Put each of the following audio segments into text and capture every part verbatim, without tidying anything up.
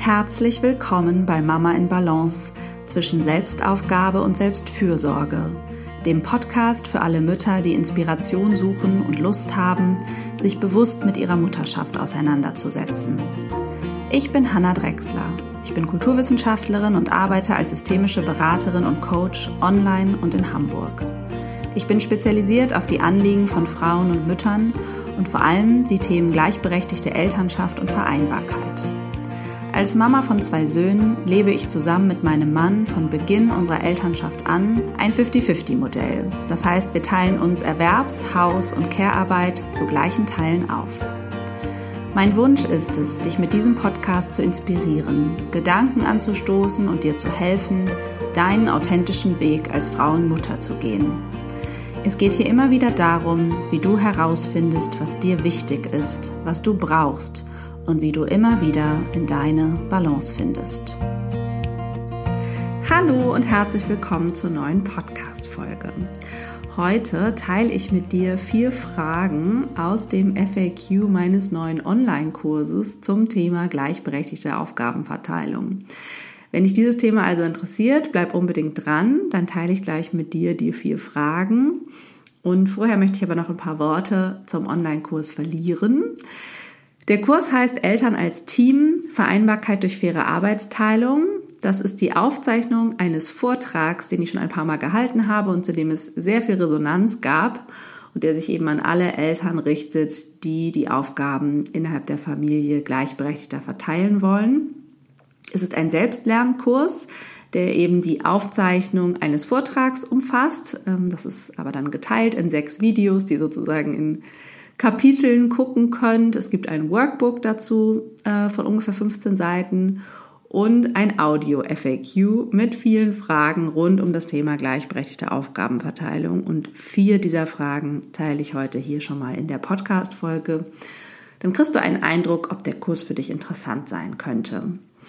Herzlich willkommen bei Mama in Balance zwischen Selbstaufgabe und Selbstfürsorge, dem Podcast für alle Mütter, die Inspiration suchen und Lust haben, sich bewusst mit ihrer Mutterschaft auseinanderzusetzen. Ich bin Hanna Drechsler. Ich bin Kulturwissenschaftlerin und arbeite als systemische Beraterin und Coach online und in Hamburg. Ich bin spezialisiert auf die Anliegen von Frauen und Müttern und vor allem die Themen gleichberechtigte Elternschaft und Vereinbarkeit. Als Mama von zwei Söhnen lebe ich zusammen mit meinem Mann von Beginn unserer Elternschaft an ein fünfzig-fünfzig-Modell. Das heißt, wir teilen uns Erwerbs-, Haus- und Care-Arbeit zu gleichen Teilen auf. Mein Wunsch ist es, dich mit diesem Podcast zu inspirieren, Gedanken anzustoßen und dir zu helfen, deinen authentischen Weg als Frau und Mutter zu gehen. Es geht hier immer wieder darum, wie du herausfindest, was dir wichtig ist, was du brauchst und wie du immer wieder in deine Balance findest. Hallo und herzlich willkommen zur neuen Podcast-Folge. Heute teile ich mit dir vier Fragen aus dem F A Q meines neuen Online-Kurses zum Thema gleichberechtigte Aufgabenverteilung. Wenn dich dieses Thema also interessiert, bleib unbedingt dran, dann teile ich gleich mit dir die vier Fragen. Und vorher möchte ich aber noch ein paar Worte zum Online-Kurs verlieren. Der Kurs heißt Eltern als Team, Vereinbarkeit durch faire Arbeitsteilung. Das ist die Aufzeichnung eines Vortrags, den ich schon ein paar Mal gehalten habe und zu dem es sehr viel Resonanz gab und der sich eben an alle Eltern richtet, die die Aufgaben innerhalb der Familie gleichberechtigter verteilen wollen. Es ist ein Selbstlernkurs, der eben die Aufzeichnung eines Vortrags umfasst. Das ist aber dann geteilt in sechs Videos, die sozusagen in Kapiteln gucken könnt. Es gibt ein Workbook dazu äh, von ungefähr fünfzehn Seiten und ein Audio-F A Q mit vielen Fragen rund um das Thema gleichberechtigte Aufgabenverteilung. Und vier dieser Fragen teile ich heute hier schon mal in der Podcast-Folge. Dann kriegst du einen Eindruck, ob der Kurs für dich interessant sein könnte.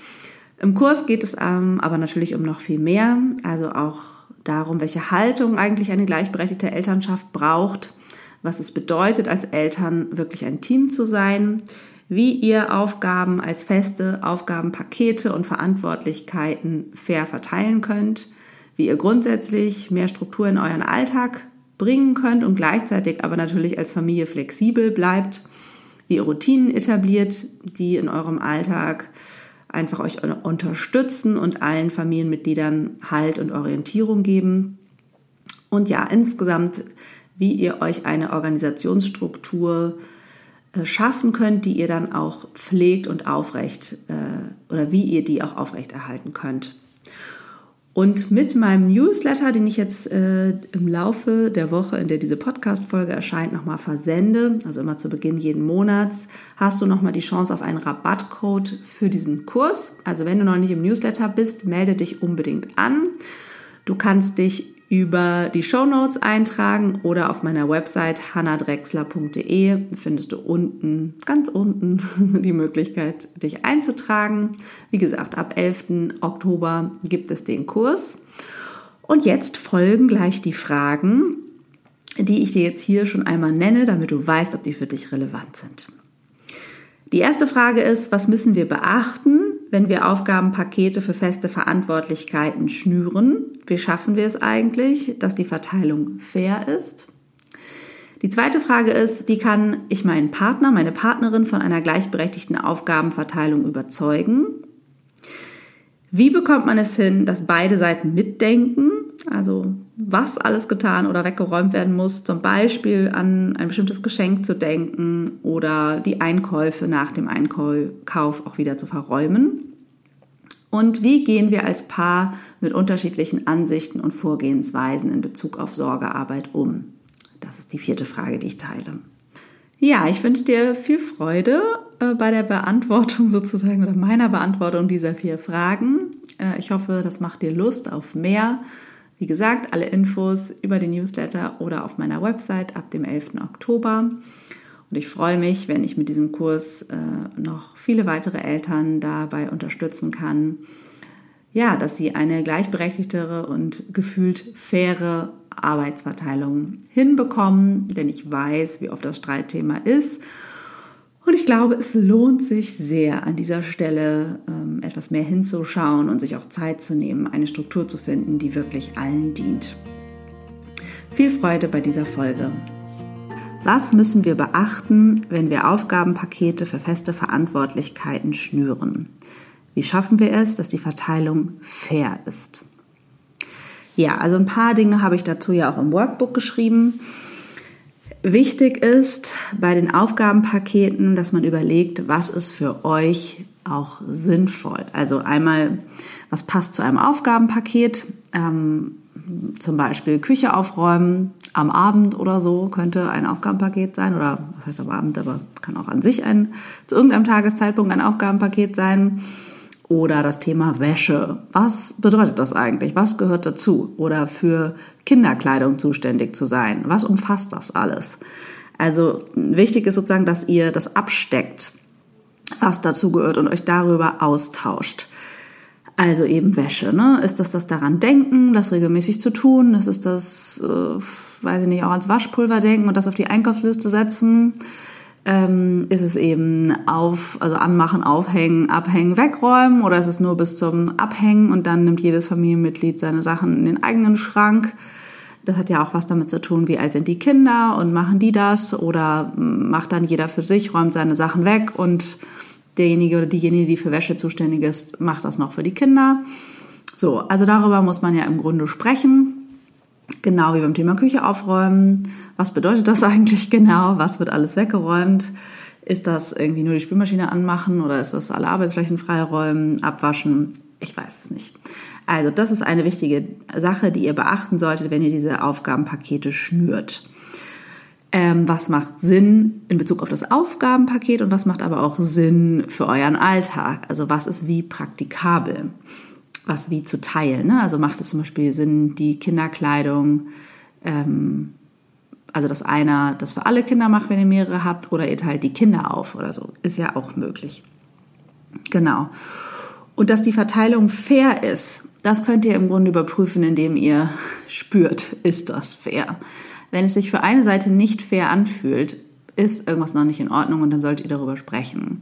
Im Kurs geht es ähm, aber natürlich um noch viel mehr, also auch darum, welche Haltung eigentlich eine gleichberechtigte Elternschaft braucht, was es bedeutet, als Eltern wirklich ein Team zu sein, wie ihr Aufgaben als feste Aufgabenpakete und Verantwortlichkeiten fair verteilen könnt, wie ihr grundsätzlich mehr Struktur in euren Alltag bringen könnt und gleichzeitig aber natürlich als Familie flexibel bleibt, wie ihr Routinen etabliert, die in eurem Alltag einfach euch unterstützen und allen Familienmitgliedern Halt und Orientierung geben. Und ja, insgesamt wie ihr euch eine Organisationsstruktur äh, schaffen könnt, die ihr dann auch pflegt und aufrecht äh, oder wie ihr die auch aufrechterhalten könnt. Und mit meinem Newsletter, den ich jetzt äh, im Laufe der Woche, in der diese Podcast-Folge erscheint, nochmal versende, also immer zu Beginn jeden Monats, hast du nochmal die Chance auf einen Rabattcode für diesen Kurs. Also wenn du noch nicht im Newsletter bist, melde dich unbedingt an. Du kannst dich über die Shownotes eintragen oder auf meiner Website hanna drechsler punkt de findest du unten, ganz unten, die Möglichkeit, dich einzutragen. Wie gesagt, ab elften Oktober gibt es den Kurs. Und jetzt folgen gleich die Fragen, die ich dir jetzt hier schon einmal nenne, damit du weißt, ob die für dich relevant sind. Die erste Frage ist, was müssen wir beachten, wenn wir Aufgabenpakete für feste Verantwortlichkeiten schnüren? Wie schaffen wir es eigentlich, dass die Verteilung fair ist? Die zweite Frage ist, wie kann ich meinen Partner, meine Partnerin von einer gleichberechtigten Aufgabenverteilung überzeugen? Wie bekommt man es hin, dass beide Seiten mitdenken? Also was alles getan oder weggeräumt werden muss, zum Beispiel an ein bestimmtes Geschenk zu denken oder die Einkäufe nach dem Einkauf auch wieder zu verräumen. Und wie gehen wir als Paar mit unterschiedlichen Ansichten und Vorgehensweisen in Bezug auf Sorgearbeit um? Das ist die vierte Frage, die ich teile. Ja, ich wünsche dir viel Freude äh, bei der Beantwortung sozusagen oder meiner Beantwortung dieser vier Fragen. Äh, ich hoffe, das macht dir Lust auf mehr. Wie gesagt, alle Infos über den Newsletter oder auf meiner Website ab dem elften Oktober. Und ich freue mich, wenn ich mit diesem Kurs äh, noch viele weitere Eltern dabei unterstützen kann, ja, dass sie eine gleichberechtigtere und gefühlt faire Arbeitsverteilung hinbekommen. Denn ich weiß, wie oft das Streitthema ist. Und ich glaube, es lohnt sich sehr, an dieser Stelle ähm, ähm, etwas mehr hinzuschauen und sich auch Zeit zu nehmen, eine Struktur zu finden, die wirklich allen dient. Viel Freude bei dieser Folge. Was müssen wir beachten, wenn wir Aufgabenpakete für feste Verantwortlichkeiten schnüren? Wie schaffen wir es, dass die Verteilung fair ist? Ja, also ein paar Dinge habe ich dazu ja auch im Workbook geschrieben. Wichtig ist bei den Aufgabenpaketen, dass man überlegt, was ist für euch auch sinnvoll. Also einmal, was passt zu einem Aufgabenpaket? Ähm, zum Beispiel Küche aufräumen am Abend oder so könnte ein Aufgabenpaket sein. Oder was heißt am Abend, aber kann auch an sich ein, zu irgendeinem Tageszeitpunkt ein Aufgabenpaket sein. Oder das Thema Wäsche. Was bedeutet das eigentlich? Was gehört dazu? Oder für Kinderkleidung zuständig zu sein. Was umfasst das alles? Also wichtig ist sozusagen, dass ihr das absteckt, was dazu gehört und euch darüber austauscht. Also eben Wäsche, ne? Ist das das daran denken, das regelmäßig zu tun? Ist es das, äh, weiß ich nicht, auch ans Waschpulver denken und das auf die Einkaufsliste setzen? Ähm, ist es eben auf, also anmachen, aufhängen, abhängen, wegräumen oder ist es nur bis zum Abhängen und dann nimmt jedes Familienmitglied seine Sachen in den eigenen Schrank? Das hat ja auch was damit zu tun, wie alt sind die Kinder und machen die das oder macht dann jeder für sich, räumt seine Sachen weg und derjenige oder diejenige, die für Wäsche zuständig ist, macht das noch für die Kinder. So, also darüber muss man ja im Grunde sprechen. Genau wie beim Thema Küche aufräumen. Was bedeutet das eigentlich genau? Was wird alles weggeräumt? Ist das irgendwie nur die Spülmaschine anmachen oder ist das alle Arbeitsflächen freiräumen, abwaschen? Ich weiß es nicht. Also das ist eine wichtige Sache, die ihr beachten solltet, wenn ihr diese Aufgabenpakete schnürt. Ähm, was macht Sinn in Bezug auf das Aufgabenpaket und was macht aber auch Sinn für euren Alltag? Also was ist wie praktikabel? Was wie zu teilen. Ne? Also macht es zum Beispiel Sinn, die Kinderkleidung, ähm, also dass einer das für alle Kinder macht, wenn ihr mehrere habt, oder ihr teilt die Kinder auf oder so. Ist ja auch möglich. Genau. Und dass die Verteilung fair ist, das könnt ihr im Grunde überprüfen, indem ihr spürt, ist das fair? Wenn es sich für eine Seite nicht fair anfühlt, ist irgendwas noch nicht in Ordnung und dann solltet ihr darüber sprechen.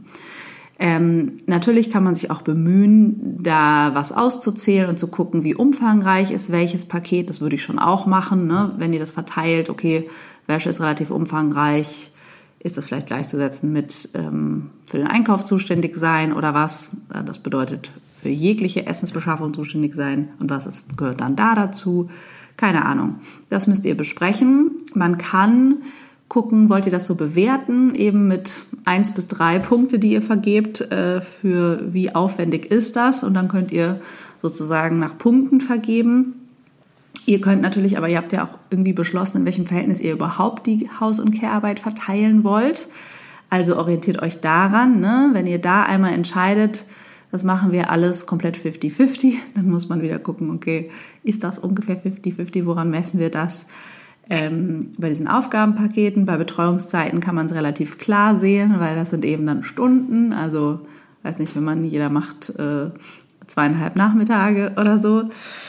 Ähm, natürlich kann man sich auch bemühen, da was auszuzählen und zu gucken, wie umfangreich ist welches Paket. Das würde ich schon auch machen, ne? Wenn ihr das verteilt, okay, Wäsche ist relativ umfangreich, ist das vielleicht gleichzusetzen mit ähm, für den Einkauf zuständig sein oder was. Das bedeutet für jegliche Essensbeschaffung zuständig sein und was ist, gehört dann da dazu. Keine Ahnung. Das müsst ihr besprechen. Man kann gucken, wollt ihr das so bewerten, eben mit eins bis drei Punkte, die ihr vergebt, äh, für wie aufwendig ist das. Und dann könnt ihr sozusagen nach Punkten vergeben. Ihr könnt natürlich, aber ihr habt ja auch irgendwie beschlossen, in welchem Verhältnis ihr überhaupt die Haus- und Care-Arbeit verteilen wollt. Also orientiert euch daran, ne? Wenn ihr da einmal entscheidet, das machen wir alles komplett fifty fifty, dann muss man wieder gucken, okay, ist das ungefähr fifty fifty, woran messen wir das? Ähm, bei diesen Aufgabenpaketen, bei Betreuungszeiten kann man es relativ klar sehen, weil das sind eben dann Stunden, also weiß nicht, wenn man, jeder macht äh, zweieinhalb Nachmittage oder so.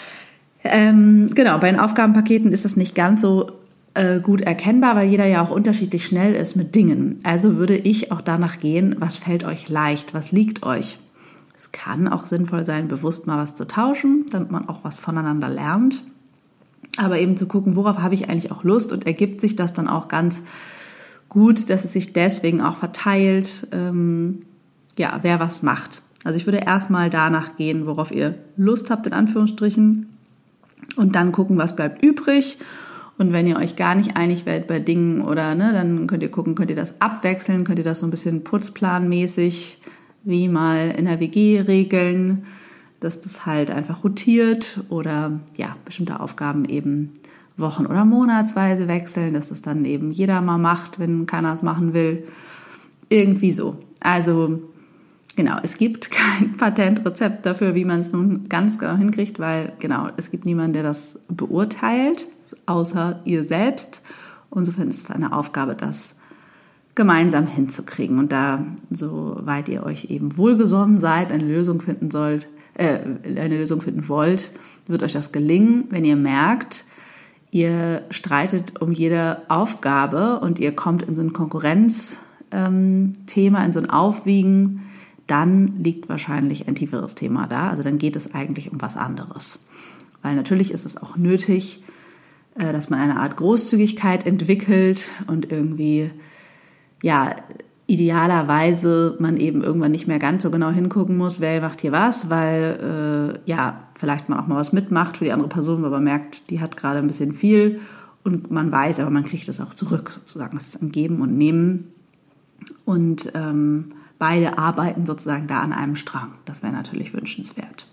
Ähm, genau, bei den Aufgabenpaketen ist das nicht ganz so äh, gut erkennbar, weil jeder ja auch unterschiedlich schnell ist mit Dingen. Also würde ich auch danach gehen, was fällt euch leicht, was liegt euch? Es kann auch sinnvoll sein, bewusst mal was zu tauschen, damit man auch was voneinander lernt. Aber eben zu gucken, worauf habe ich eigentlich auch Lust und ergibt sich das dann auch ganz gut, dass es sich deswegen auch verteilt, ähm, ja, wer was macht. Also ich würde erstmal danach gehen, worauf ihr Lust habt, in Anführungsstrichen, und dann gucken, was bleibt übrig. Und wenn ihr euch gar nicht einig werdet bei Dingen oder, ne, dann könnt ihr gucken, könnt ihr das abwechseln, könnt ihr das so ein bisschen putzplanmäßig wie mal in der W G regeln, dass das halt einfach rotiert oder ja, bestimmte Aufgaben eben wochen- oder monatsweise wechseln, dass das dann eben jeder mal macht, wenn keiner es machen will. Irgendwie so. Also genau, es gibt kein Patentrezept dafür, wie man es nun ganz genau hinkriegt, weil genau, es gibt niemanden, der das beurteilt, außer ihr selbst. Insofern ist es eine Aufgabe, das gemeinsam hinzukriegen. Und da, soweit ihr euch eben wohlgesonnen seid, eine Lösung finden sollt, äh, eine Lösung finden wollt, wird euch das gelingen, wenn ihr merkt, ihr streitet um jede Aufgabe und ihr kommt in so ein Konkurrenzthema, in so ein Aufwiegen, dann liegt wahrscheinlich ein tieferes Thema da. Also dann geht es eigentlich um was anderes. Weil natürlich ist es auch nötig, dass man eine Art Großzügigkeit entwickelt und irgendwie, ja, idealerweise man eben irgendwann nicht mehr ganz so genau hingucken muss, wer macht hier was, weil, äh, ja, vielleicht man auch mal was mitmacht für die andere Person, weil man merkt, die hat gerade ein bisschen viel und man weiß, aber man kriegt es auch zurück, sozusagen. Es ist ein Geben und Nehmen und ähm, beide arbeiten sozusagen da an einem Strang. Das wäre natürlich wünschenswert.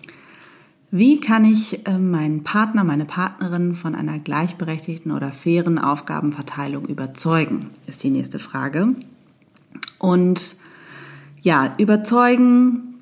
Wie kann ich äh, meinen Partner, meine Partnerin von einer gleichberechtigten oder fairen Aufgabenverteilung überzeugen, ist die nächste Frage. Und ja, überzeugen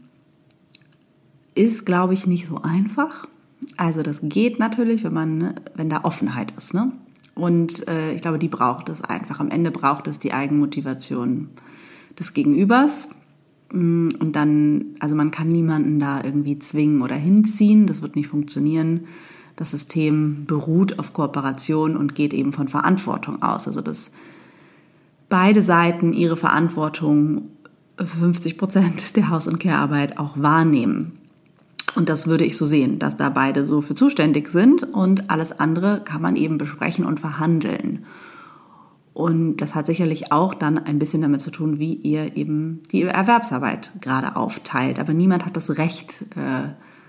ist, glaube ich, nicht so einfach. Also das geht natürlich, wenn man, wenn da Offenheit ist, ne? Und äh, ich glaube, die braucht es einfach. Am Ende braucht es die Eigenmotivation des Gegenübers. Und dann, also man kann niemanden da irgendwie zwingen oder hinziehen. Das wird nicht funktionieren. Das System beruht auf Kooperation und geht eben von Verantwortung aus. Also dass beide Seiten ihre Verantwortung für fünfzig Prozent der Haus- und Care-Arbeit auch wahrnehmen. Und das würde ich so sehen, dass da beide so für zuständig sind und alles andere kann man eben besprechen und verhandeln. Und das hat sicherlich auch dann ein bisschen damit zu tun, wie ihr eben die Erwerbsarbeit gerade aufteilt. Aber niemand hat das Recht, äh,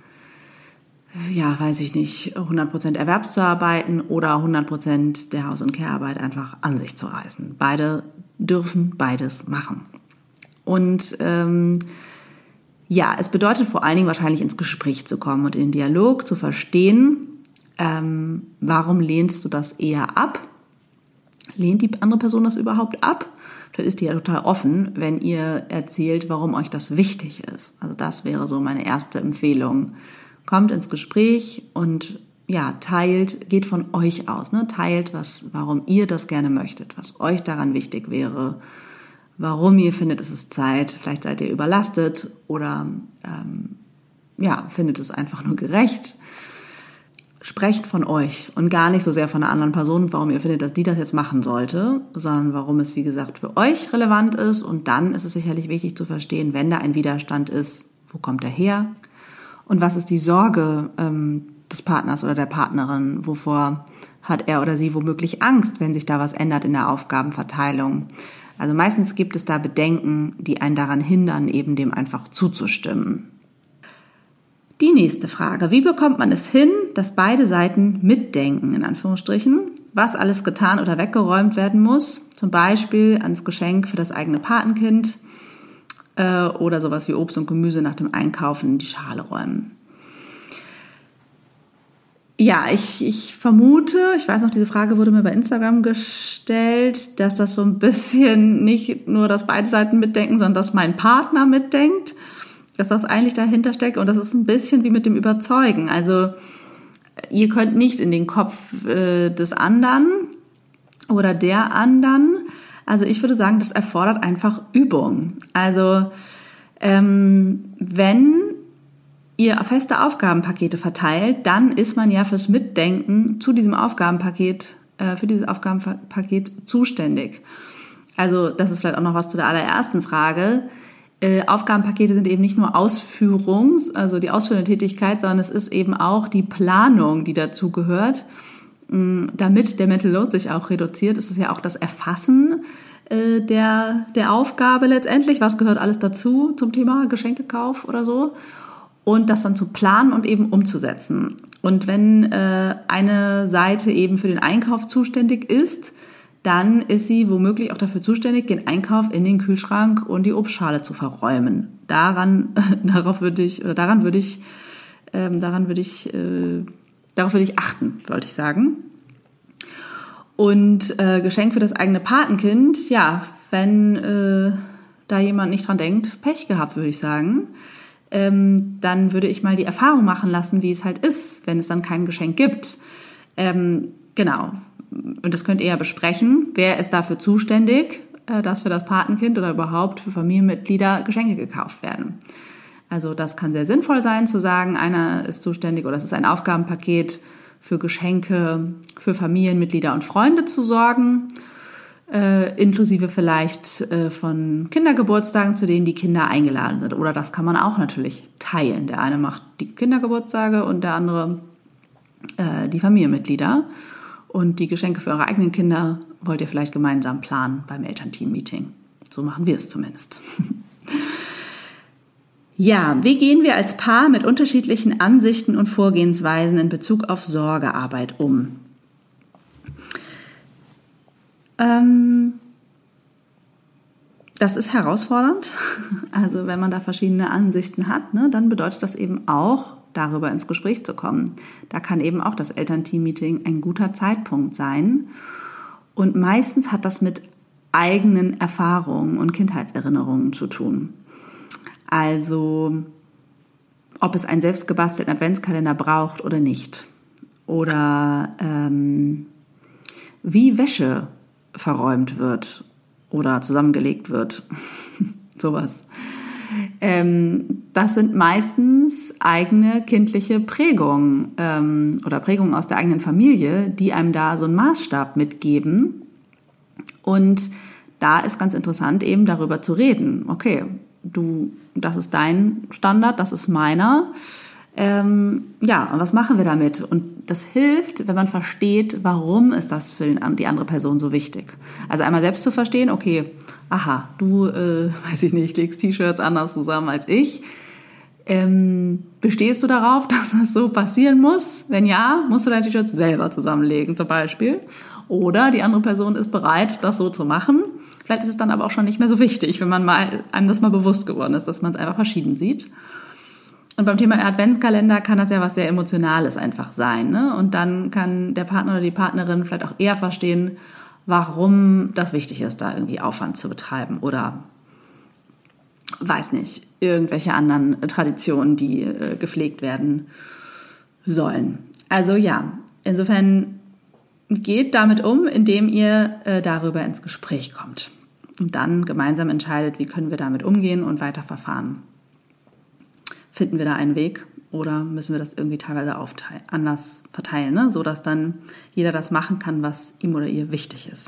ja, weiß ich nicht, hundert Prozent Erwerbs zu arbeiten oder hundert Prozent der Haus- und Care-Arbeit einfach an sich zu reißen. Beide dürfen beides machen. Und ähm, ja, es bedeutet vor allen Dingen wahrscheinlich ins Gespräch zu kommen und in den Dialog zu verstehen, ähm, warum lehnst du das eher ab? Lehnt die andere Person das überhaupt ab? Vielleicht ist die ja total offen, wenn ihr erzählt, warum euch das wichtig ist. Also das wäre so meine erste Empfehlung. Kommt ins Gespräch und ja, teilt, geht von euch aus, ne? Teilt, was, warum ihr das gerne möchtet, was euch daran wichtig wäre, warum ihr findet, es ist Zeit. Vielleicht seid ihr überlastet oder ähm, ja, findet es einfach nur gerecht. Sprecht von euch und gar nicht so sehr von einer anderen Person, warum ihr findet, dass die das jetzt machen sollte, sondern warum es, wie gesagt, für euch relevant ist. Und dann ist es sicherlich wichtig zu verstehen, wenn da ein Widerstand ist, wo kommt er her und was ist die Sorge ähm, des Partners oder der Partnerin, wovor hat er oder sie womöglich Angst, wenn sich da was ändert in der Aufgabenverteilung. Also meistens gibt es da Bedenken, die einen daran hindern, eben dem einfach zuzustimmen. Die nächste Frage, wie bekommt man es hin, dass beide Seiten mitdenken, in Anführungsstrichen, was alles getan oder weggeräumt werden muss, zum Beispiel ans Geschenk für das eigene Patenkind äh, oder sowas wie Obst und Gemüse nach dem Einkaufen in die Schale räumen. Ja, ich, ich vermute, ich weiß noch, diese Frage wurde mir bei Instagram gestellt, dass das so ein bisschen nicht nur, dass beide Seiten mitdenken, sondern dass mein Partner mitdenkt, dass das eigentlich dahinter steckt und das ist ein bisschen wie mit dem Überzeugen. Also ihr könnt nicht in den Kopf äh, des anderen oder der anderen. Also ich würde sagen, das erfordert einfach Übung. Also ähm, wenn ihr feste Aufgabenpakete verteilt, dann ist man ja fürs Mitdenken zu diesem Aufgabenpaket, äh, für dieses Aufgabenpaket zuständig. Also das ist vielleicht auch noch was zu der allerersten Frage. Äh, Aufgabenpakete sind eben nicht nur Ausführung, also die ausführende Tätigkeit, sondern es ist eben auch die Planung, die dazu gehört. Damit der Mental Load sich auch reduziert, ist es ja auch das Erfassen äh, der, der Aufgabe letztendlich. Was gehört alles dazu zum Thema Geschenkekauf oder so? Und das dann zu planen und eben umzusetzen. Und wenn äh, eine Seite eben für den Einkauf zuständig ist, dann ist sie womöglich auch dafür zuständig, den Einkauf in den Kühlschrank und die Obstschale zu verräumen. Daran, darauf würde ich, oder daran würde ich, ähm, daran würde ich, äh, darauf würde ich achten, wollte ich sagen. Und äh, Geschenk für das eigene Patenkind, ja, wenn äh, da jemand nicht dran denkt, Pech gehabt, würde ich sagen. Ähm, dann würde ich mal die Erfahrung machen lassen, wie es halt ist, wenn es dann kein Geschenk gibt. Ähm, genau. Und das könnt ihr ja besprechen. Wer ist dafür zuständig, dass für das Patenkind oder überhaupt für Familienmitglieder Geschenke gekauft werden? Also das kann sehr sinnvoll sein, zu sagen, einer ist zuständig oder es ist ein Aufgabenpaket für Geschenke für Familienmitglieder und Freunde zu sorgen. Äh, inklusive vielleicht äh, von Kindergeburtstagen, zu denen die Kinder eingeladen sind. Oder das kann man auch natürlich teilen. Der eine macht die Kindergeburtstage und der andere äh, die Familienmitglieder. Und die Geschenke für eure eigenen Kinder wollt ihr vielleicht gemeinsam planen beim Elternteam-Meeting. So machen wir es zumindest. Ja, wie gehen wir als Paar mit unterschiedlichen Ansichten und Vorgehensweisen in Bezug auf Sorgearbeit um? Das ist herausfordernd. Also wenn man da verschiedene Ansichten hat, ne, dann bedeutet das eben auch, darüber ins Gespräch zu kommen. Da kann eben auch das Elternteam-Meeting ein guter Zeitpunkt sein. Und meistens hat das mit eigenen Erfahrungen und Kindheitserinnerungen zu tun. Also ob es einen selbstgebastelten Adventskalender braucht oder nicht. Oder ähm, wie Wäsche verräumt wird oder zusammengelegt wird. Sowas. Ähm, das sind meistens eigene kindliche Prägungen ähm, oder Prägungen aus der eigenen Familie, die einem da so einen Maßstab mitgeben. Und da ist ganz interessant, eben darüber zu reden. Okay, du, das ist dein Standard, das ist meiner. Ähm, ja, und was machen wir damit? Und das hilft, wenn man versteht, warum ist das für den, die andere Person so wichtig. Also einmal selbst zu verstehen, okay, aha, du, äh, weiß ich nicht, legst T-Shirts anders zusammen als ich. Ähm, bestehst du darauf, dass das so passieren muss? Wenn ja, musst du deine T-Shirts selber zusammenlegen zum Beispiel. Oder die andere Person ist bereit, das so zu machen. Vielleicht ist es dann aber auch schon nicht mehr so wichtig, wenn man mal, einem das mal bewusst geworden ist, dass man es einfach verschieden sieht. Und beim Thema Adventskalender kann das ja was sehr Emotionales einfach sein, ne? Und dann kann der Partner oder die Partnerin vielleicht auch eher verstehen, warum das wichtig ist, da irgendwie Aufwand zu betreiben oder, weiß nicht, irgendwelche anderen Traditionen, die äh, gepflegt werden sollen. Also ja, insofern geht damit um, indem ihr äh, darüber ins Gespräch kommt und dann gemeinsam entscheidet, wie können wir damit umgehen und weiter verfahren. Finden wir da einen Weg oder müssen wir das irgendwie teilweise aufteilen, anders verteilen, ne? Sodass dann jeder das machen kann, was ihm oder ihr wichtig ist.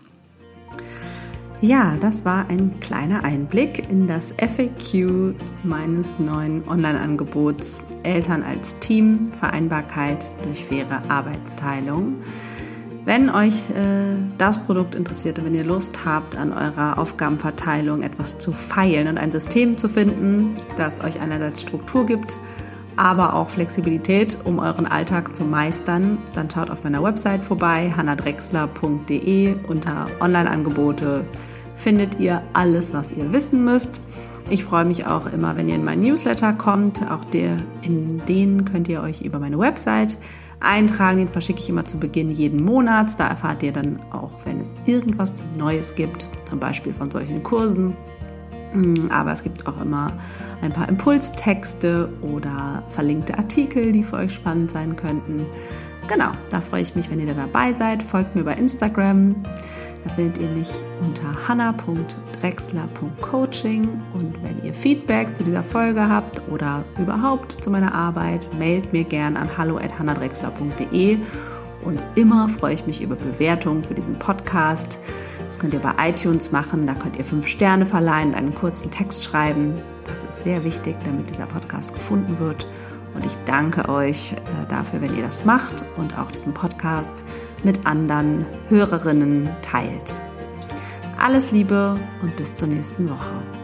Ja, das war ein kleiner Einblick in das F A Q meines neuen Online-Angebots Eltern als Team, Vereinbarkeit durch faire Arbeitsteilung. Wenn euch äh, das Produkt interessiert und wenn ihr Lust habt, an eurer Aufgabenverteilung etwas zu feilen und ein System zu finden, das euch einerseits Struktur gibt, aber auch Flexibilität, um euren Alltag zu meistern, dann schaut auf meiner Website vorbei, hannah drechsler punkt de. Unter Online-Angebote findet ihr alles, was ihr wissen müsst. Ich freue mich auch immer, wenn ihr in meinen Newsletter kommt. Auch der, in den könnt ihr euch über meine Website eintragen. Den verschicke ich immer zu Beginn jeden Monats. Da erfahrt ihr dann auch, wenn es irgendwas Neues gibt, zum Beispiel von solchen Kursen. Aber es gibt auch immer ein paar Impulstexte oder verlinkte Artikel, die für euch spannend sein könnten. Genau, da freue ich mich, wenn ihr da dabei seid. Folgt mir bei Instagram. Da findet ihr mich unter hannah punkt drechsler punkt coaching. Und wenn ihr Feedback zu dieser Folge habt oder überhaupt zu meiner Arbeit, mailt mir gern an hallo at hannah drechsler punkt de. Und immer freue ich mich über Bewertungen für diesen Podcast. Das könnt ihr bei iTunes machen. Da könnt ihr fünf Sterne verleihen und einen kurzen Text schreiben. Das ist sehr wichtig, damit dieser Podcast gefunden wird. Und ich danke euch dafür, wenn ihr das macht und auch diesen Podcast mit anderen Hörerinnen teilt. Alles Liebe und bis zur nächsten Woche.